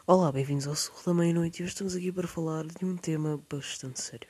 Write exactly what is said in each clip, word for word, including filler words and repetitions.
Olá, bem-vindos ao Sorro da Meia-Noite e hoje estamos aqui para falar de um tema bastante sério.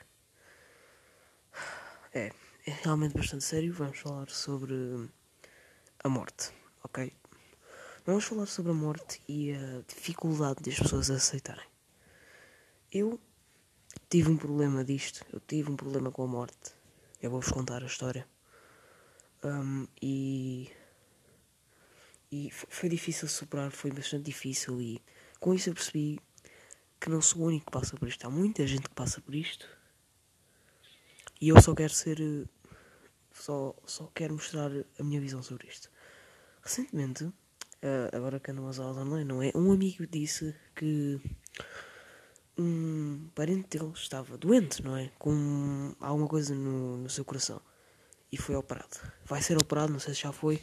É, é realmente bastante sério. Vamos falar sobre a morte, ok? Vamos falar sobre a morte e a dificuldade das pessoas a aceitarem. Eu tive um problema disto, eu tive um problema com a morte. Eu vou-vos contar a história. Um, e e foi difícil de superar, foi bastante difícil e com isso eu percebi que não sou o único que passa por isto. Há muita gente que passa por isto e eu só quero ser... Só, só quero mostrar a minha visão sobre isto. Recentemente, uh, agora que ando umas aulas online, não é? Um amigo disse que um parente dele estava doente, não é? Com alguma coisa no, no seu coração. E foi operado. Vai ser operado, não sei se já foi.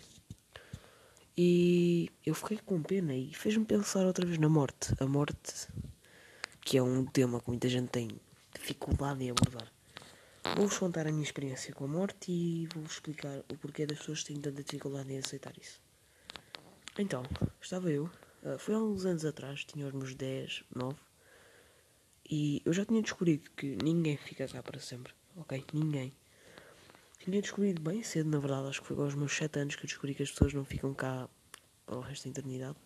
E eu fiquei com pena e fez-me pensar outra vez na morte. A morte, que é um tema que muita gente tem dificuldade em abordar. Vou-vos contar a minha experiência com a morte e vou-vos explicar o porquê das pessoas terem tanta dificuldade em aceitar isso. Então, estava eu, uh, foi há uns anos atrás, tinha os meus dez, nove, e eu já tinha descobrido que ninguém fica cá para sempre, ok? Ninguém. Tinha descobrido bem cedo, na verdade, acho que foi aos meus sete anos que eu descobri que as pessoas não ficam cá para o resto da eternidade.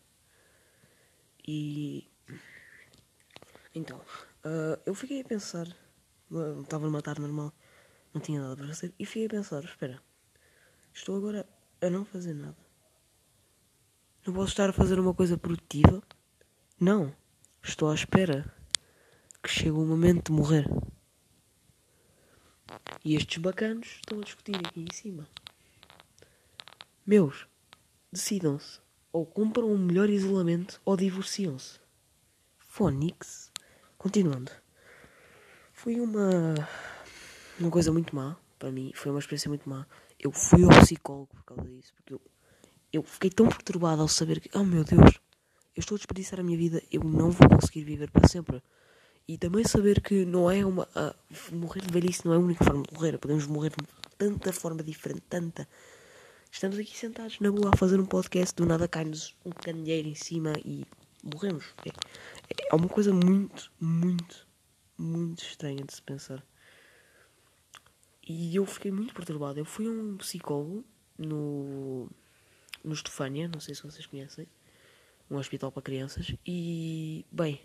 E... Então, uh, eu fiquei a pensar, uh, estava numa tarde normal, não tinha nada para fazer, e fiquei a pensar, espera, estou agora a não fazer nada. Não posso estar a fazer uma coisa produtiva? Não. Estou à espera que chegue o momento de morrer. E estes bacanos estão a discutir aqui em cima. Meus, decidam-se. Ou compram um melhor isolamento ou divorciam-se. Fónix. Continuando. Foi uma... Uma coisa muito má para mim. Foi uma experiência muito má. Eu fui ao psicólogo por causa disso. Porque eu, eu fiquei tão perturbado ao saber que... Oh meu Deus. Eu estou a desperdiçar a minha vida. Eu não vou conseguir viver para sempre. E também saber que não é uma... Uh, morrer de velhice não é a única forma de morrer. Podemos morrer de tanta forma diferente. Tanta. Estamos aqui sentados na boa a fazer um podcast. Do nada cai-nos um candeeiro em cima e morremos. É, é uma coisa muito, muito, muito estranha de se pensar. E eu fiquei muito perturbado. Eu fui a um psicólogo no... No Estefânia. Não sei se vocês conhecem. Um hospital para crianças. E... Bem...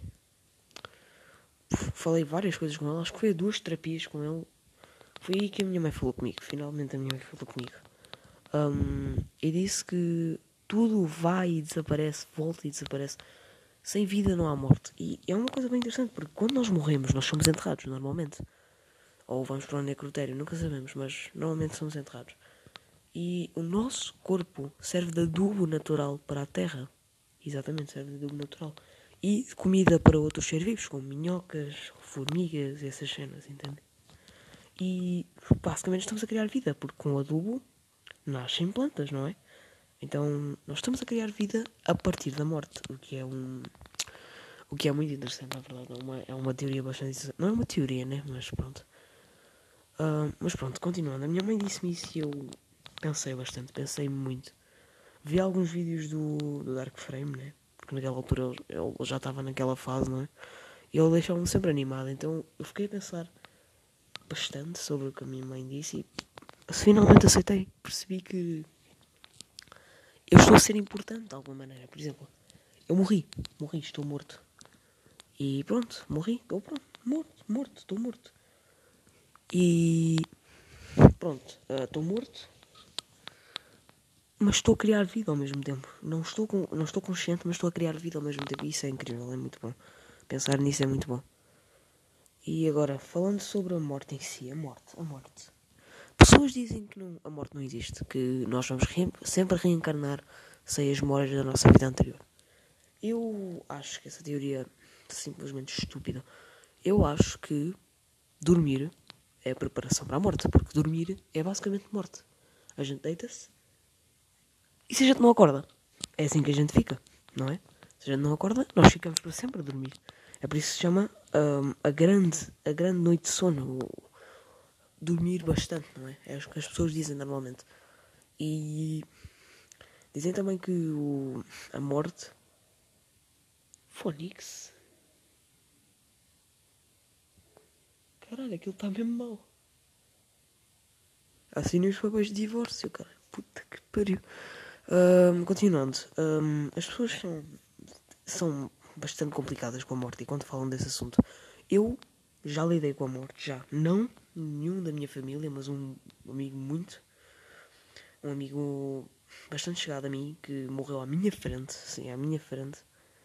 Falei várias coisas com ele. Acho que foi a duas terapias com ele. Foi aí que a minha mãe falou comigo. Finalmente a minha mãe falou comigo. Um, e disse que tudo vai e desaparece, volta e desaparece. Sem vida não há morte. E é uma coisa bem interessante, porque quando nós morremos, nós somos enterrados, normalmente. Ou vamos para o necrotério, nunca sabemos, mas normalmente somos enterrados. E o nosso corpo serve de adubo natural para a terra. Exatamente, serve de adubo natural. E de comida para outros seres vivos, como minhocas, formigas, essas cenas, entende? E basicamente estamos a criar vida, porque com o adubo nascem plantas, não é? Então nós estamos a criar vida a partir da morte, o que é um... O que é muito interessante, na verdade. É uma, é uma teoria bastante interessante. Não é uma teoria, né? Mas pronto. Uh, mas pronto, continuando. A minha mãe disse-me isso e eu pensei bastante, pensei muito. Vi alguns vídeos do, do Dark Frame, né? Porque naquela altura ele, ele já estava naquela fase, não é? E ele deixava-me sempre animado. Então eu fiquei a pensar bastante sobre o que a minha mãe disse e finalmente aceitei. Percebi que eu estou a ser importante de alguma maneira. Por exemplo, eu morri. Morri, estou morto. E pronto, morri. Estou pronto. Morto, morto, estou morto. E pronto, estou uh, morto. Mas estou a criar vida ao mesmo tempo. Não estou, com, não estou consciente, mas estou a criar vida ao mesmo tempo. E isso é incrível, é muito bom. Pensar nisso é muito bom. E agora, falando sobre a morte em si. A morte, a morte. Pessoas dizem que não, a morte não existe. Que nós vamos re, sempre reencarnar sem as memórias da nossa vida anterior. Eu acho que essa teoria é simplesmente estúpida. Eu acho que dormir é a preparação para a morte. Porque dormir é basicamente morte. A gente deita-se. E se a gente não acorda? É assim que a gente fica, não é? Se a gente não acorda, nós ficamos para sempre a dormir. É por isso que se chama um, a, grande, a grande noite de sono. Dormir bastante, não é? É o que as pessoas dizem normalmente. E dizem também que o, a morte... Phonix? Caralho, aquilo está mesmo mal. Assinei os papéis de divórcio, cara. Puta que pariu. Um, continuando. Um, as pessoas são, são bastante complicadas com a morte e quando falam desse assunto. Eu já lidei com a morte, já. Não nenhum da minha família, mas um amigo muito. Um amigo bastante chegado a mim que morreu à minha frente. Sim, à minha frente.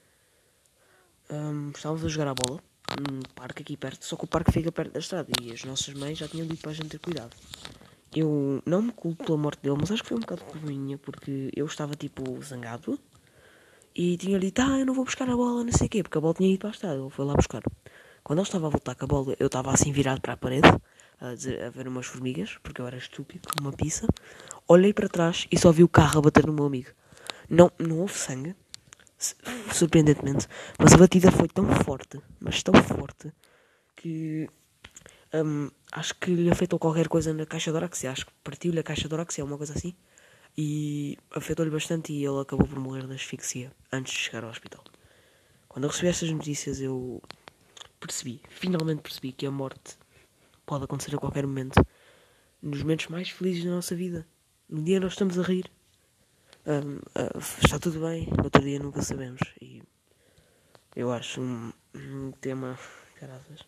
Um, estávamos a jogar a bola num parque aqui perto, só que o parque fica perto da estrada e as nossas mães já tinham dito para a gente ter cuidado. Eu não me culpo pela morte dele, mas acho que foi um bocado por minha, porque eu estava tipo zangado e tinha dito, ah, eu não vou buscar a bola, não sei o quê, porque a bola tinha ido para a estrada, ele foi lá buscar. Quando ele estava a voltar com a bola, eu estava assim virado para a parede, a, dizer, a ver umas formigas, porque eu era estúpido, como uma pizza. Olhei para trás e só vi o carro a bater no meu amigo. Não, não houve sangue, surpreendentemente, mas a batida foi tão forte, mas tão forte, que um, acho que lhe afetou qualquer coisa na caixa de Oraxia, acho que partiu-lhe a caixa de Oraxia, uma coisa assim, e afetou-lhe bastante e ele acabou por morrer de asfixia antes de chegar ao hospital. Quando eu recebi estas notícias eu percebi, finalmente percebi que a morte pode acontecer a qualquer momento, nos momentos mais felizes da nossa vida. No dia nós estamos a rir, um, uh, está tudo bem, no outro dia nunca sabemos. E eu acho um, um tema, caraças.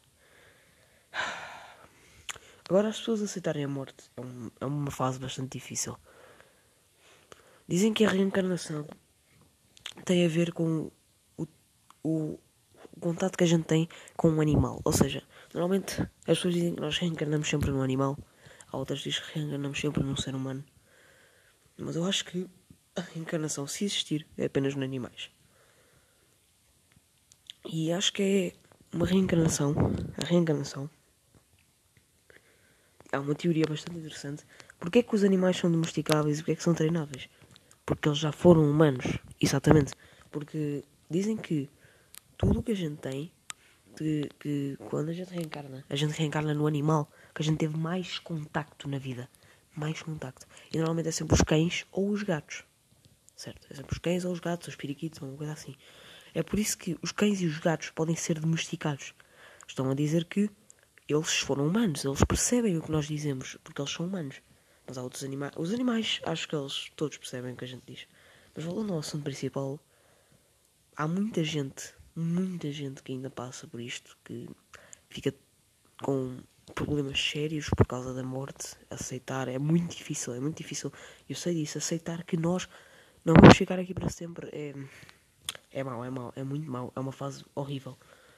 Agora as pessoas aceitarem a morte é, um, é uma fase bastante difícil. Dizem que a reencarnação tem a ver com o, o, o contato que a gente tem com um animal. Ou seja, normalmente as pessoas dizem que nós reencarnamos sempre num animal, há outras que dizem que reencarnamos sempre num ser humano. Mas eu acho que a reencarnação, se existir, é apenas nos animais. E acho que é uma reencarnação. A reencarnação há uma teoria bastante interessante. Porquê é que os animais são domesticáveis e porquê é que são treináveis? Porque eles já foram humanos. Exatamente. Porque dizem que tudo o que a gente tem, que, que quando a gente reencarna, a gente reencarna no animal que a gente teve mais contacto na vida. Mais contacto. E normalmente é sempre os cães ou os gatos. Certo? É sempre os cães ou os gatos, ou os periquitos, ou uma coisa assim. É por isso que os cães e os gatos podem ser domesticados. Estão a dizer que eles foram humanos, eles percebem o que nós dizemos, porque eles são humanos. Mas há outros animais. Os animais, acho que eles todos percebem o que a gente diz. Mas voltando ao assunto principal, há muita gente, muita gente que ainda passa por isto, que fica com problemas sérios por causa da morte. Aceitar é muito difícil, é muito difícil. Eu sei disso, aceitar que nós não vamos ficar aqui para sempre é, é mau, é mau, é muito mau, é uma fase horrível.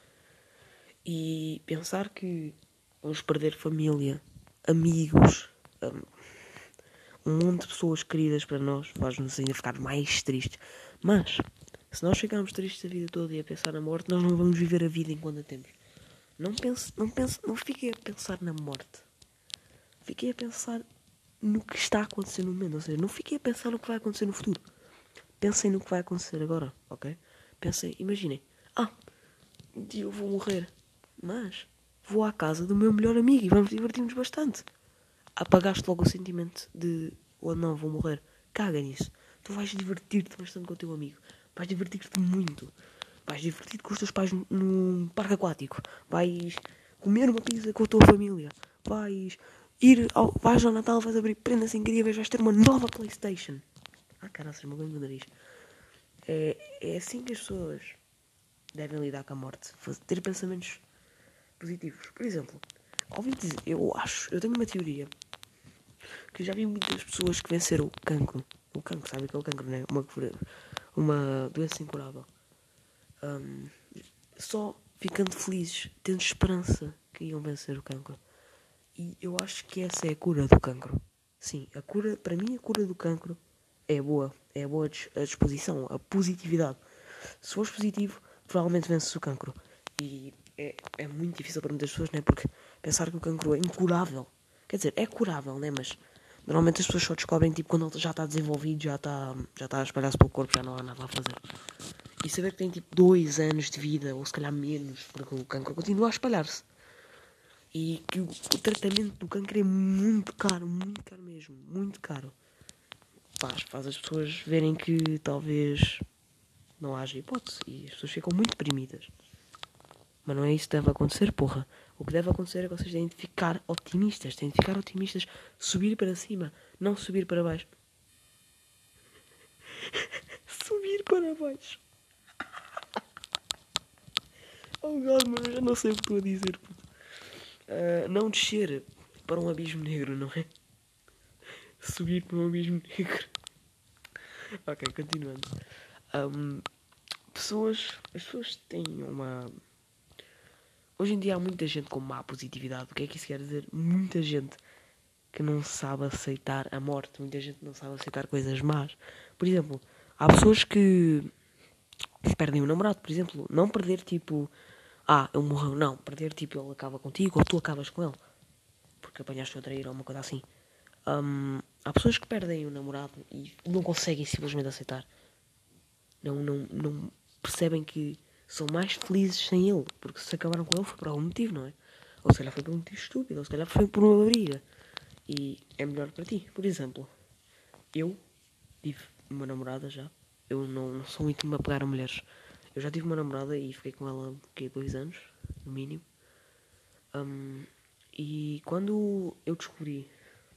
E pensar que vamos perder família, amigos, um, um monte de pessoas queridas para nós, faz-nos ainda ficar mais tristes. Mas, se nós ficarmos tristes a vida toda e a pensar na morte, nós não vamos viver a vida enquanto a temos. Não pense, não pense, não fiquei a pensar na morte. Fiquei a pensar no que está a acontecer no momento. Ou seja, não fiquei a pensar no que vai acontecer no futuro. Pensem no que vai acontecer agora, ok? Pensem, imaginem. Ah, um dia eu vou morrer. Mas vou à casa do meu melhor amigo e vamos divertir-nos bastante. Apagaste logo o sentimento de, ou oh, não, vou morrer. Caga nisso. Tu vais divertir-te bastante com o teu amigo. Vais divertir-te muito. Vais divertir-te com os teus pais num parque aquático. Vais comer uma pizza com a tua família. Vais ir ao, vais ao Natal, vais abrir prendas incríveis, vais ter uma nova PlayStation. Ah, caralho, me lembro do nariz. É, é assim que as pessoas devem lidar com a morte. Ter pensamentos positivos. Por exemplo, ouvi dizer, eu acho, eu tenho uma teoria que já vi muitas pessoas que venceram o cancro. O cancro, sabe o que é o cancro, não é? Uma, uma doença incurável. Um, só ficando felizes, tendo esperança que iam vencer o cancro. E eu acho que essa é a cura do cancro. Sim, a cura, para mim a cura do cancro é boa. É boa a disposição, a positividade. Se fores positivo, provavelmente vences o cancro. E é, é muito difícil para muitas pessoas, né? Porque pensar que o cancro é incurável. Quer dizer, é curável, né? Mas normalmente as pessoas só descobrem tipo quando ele já está desenvolvido, já está, já está a espalhar-se pelo corpo, já não há nada a fazer. E saber que tem tipo dois anos de vida, ou se calhar menos, porque o cancro continua a espalhar-se. E que o, o tratamento do cancro é muito caro, muito caro mesmo, muito caro. Faz, faz as pessoas verem que talvez não haja hipótese. E as pessoas ficam muito deprimidas. Mas não é isso que deve acontecer, porra. O que deve acontecer é que vocês têm de ficar otimistas. Têm de ficar otimistas. Subir para cima. Não subir para baixo. Subir para baixo. Oh God, mano, eu já não sei o que estou a dizer. Uh, não descer para um abismo negro, não é? Subir para um abismo negro. Ok, continuando. Um, pessoas... As pessoas têm uma... Hoje em dia há muita gente com má positividade. O que é que isso quer dizer? Muita gente que não sabe aceitar a morte. Muita gente que não sabe aceitar coisas más. Por exemplo, há pessoas que, que perdem o namorado, por exemplo. Não perder tipo... Ah, ele morreu. Não, perder tipo ele acaba contigo ou tu acabas com ele. Porque apanhaste-o a trair ou uma coisa assim. Um, há pessoas que perdem o namorado e não conseguem simplesmente aceitar. Não, não, não percebem que são mais felizes sem ele. Porque se acabaram com ele foi por algum motivo, não é? Ou se calhar foi por um motivo estúpido. Ou se calhar foi por uma briga. E é melhor para ti. Por exemplo, eu tive uma namorada já. Eu não, não sou muito de me apegar a mulheres. Eu já tive uma namorada e fiquei com ela há dois anos, no mínimo. Um, e quando eu descobri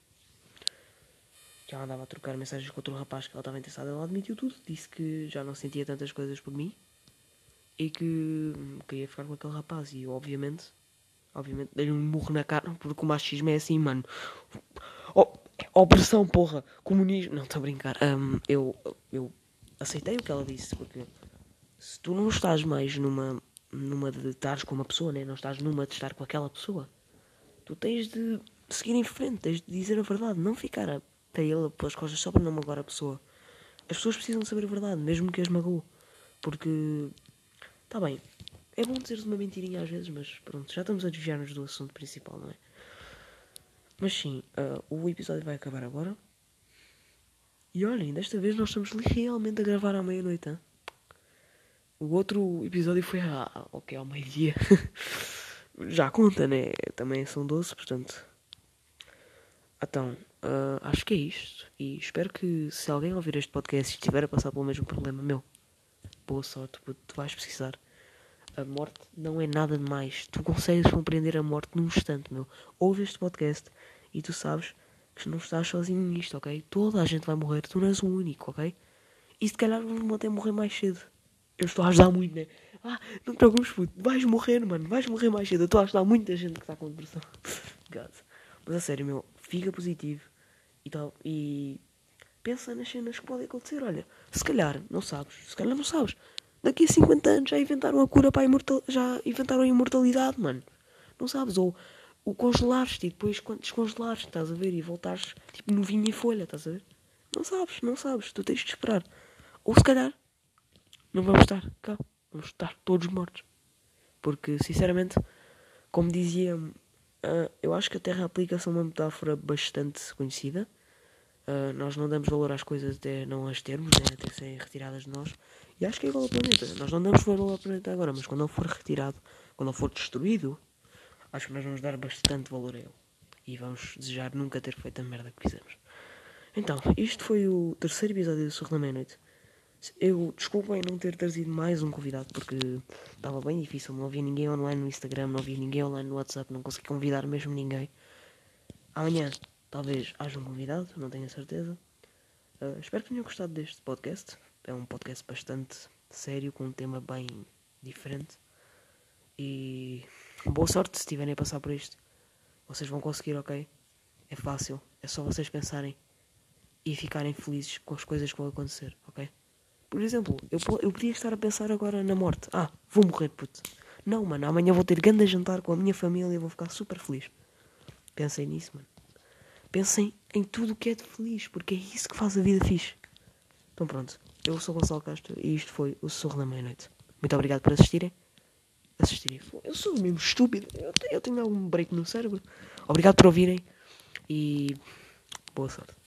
que ela andava a trocar mensagens com outro rapaz que ela estava interessada, ela admitiu tudo. Disse que já não sentia tantas coisas por mim e que queria ficar com aquele rapaz. E eu, obviamente, obviamente, dei-lhe um murro na cara porque o machismo é assim, mano. Oh, opressão, porra. Comunismo. Não, estou a brincar. Um, eu, eu aceitei o que ela disse porque se tu não estás mais numa, numa de estares com uma pessoa, né? Não estás numa de estar com aquela pessoa, tu tens de seguir em frente, tens de dizer a verdade, não ficar a taê-la pelas costas só para não magoar a pessoa. As pessoas precisam saber a verdade, mesmo que as magoe. Porque, tá bem, é bom dizeres uma mentirinha às vezes, mas pronto, já estamos a desviar-nos do assunto principal, não é? Mas sim, uh, o episódio vai acabar agora. E olhem, desta vez nós estamos realmente a gravar à meia-noite, hein? O outro episódio foi a, ok, ao meio-dia. Já conta, né? Também são doze, portanto. Então, uh, acho que é isto. E espero que se alguém ouvir este podcast e estiver a passar pelo mesmo problema meu, boa sorte, porque tu vais precisar. A morte não é nada demais. Tu consegues compreender a morte num instante, meu. Ouve este podcast e tu sabes que não estás sozinho nisto, ok? Toda a gente vai morrer, tu não és o único, ok? E se calhar vamos até morrer mais cedo. Eu estou a ajudar muito, né? Ah, não te preocupes, puto. Vais morrer, mano. Vais morrer mais cedo. Eu estou a ajudar muita gente que está com depressão. God. Mas a sério, meu. Fica positivo. E tal. E pensa nas cenas que podem acontecer. Olha, se calhar, não sabes. Se calhar não sabes. Daqui a cinquenta anos já inventaram a cura para a imortalidade. Já inventaram a imortalidade, mano. Não sabes? Ou o congelares-te e depois quando descongelares, estás a ver? E voltares, tipo, novinho em folha, estás a ver? Não sabes, não sabes. Tu tens de esperar. Ou se calhar não vamos estar cá. Vamos estar todos mortos. Porque, sinceramente, como dizia, uh, eu acho que a Terra aplica-se a uma metáfora bastante conhecida. Uh, nós não damos valor às coisas até não as termos, né, até serem retiradas de nós. E acho que é igual ao planeta. Nós não damos valor ao planeta agora, mas quando ele for retirado, quando ele for destruído, acho que nós vamos dar bastante valor a ele. E vamos desejar nunca ter feito a merda que fizemos. Então, isto foi o terceiro episódio do Sorro da Meia-Noite. Eu desculpem não ter trazido mais um convidado porque estava bem difícil, não havia ninguém online no Instagram, não havia ninguém online no WhatsApp, não consegui convidar mesmo ninguém. Amanhã talvez haja um convidado, não tenho a certeza. Uh, espero que tenham gostado deste podcast. É um podcast bastante sério, com um tema bem diferente. E boa sorte se estiverem a passar por isto. Vocês vão conseguir, ok? É fácil, é só vocês pensarem e ficarem felizes com as coisas que vão acontecer, ok? Por exemplo, eu, eu podia estar a pensar agora na morte. Ah, vou morrer, puto. Não, mano, amanhã vou ter grande jantar com a minha família e vou ficar super feliz. Pensem nisso, mano. Pensem em tudo o que é de feliz, porque é isso que faz a vida fixe. Então pronto, eu sou o Gonçalo Castro e isto foi o Sussurro da Meia-Noite. Muito obrigado por assistirem. Assistirem. Eu sou mesmo estúpido. Eu, eu tenho algum break no cérebro. Obrigado por ouvirem e boa sorte.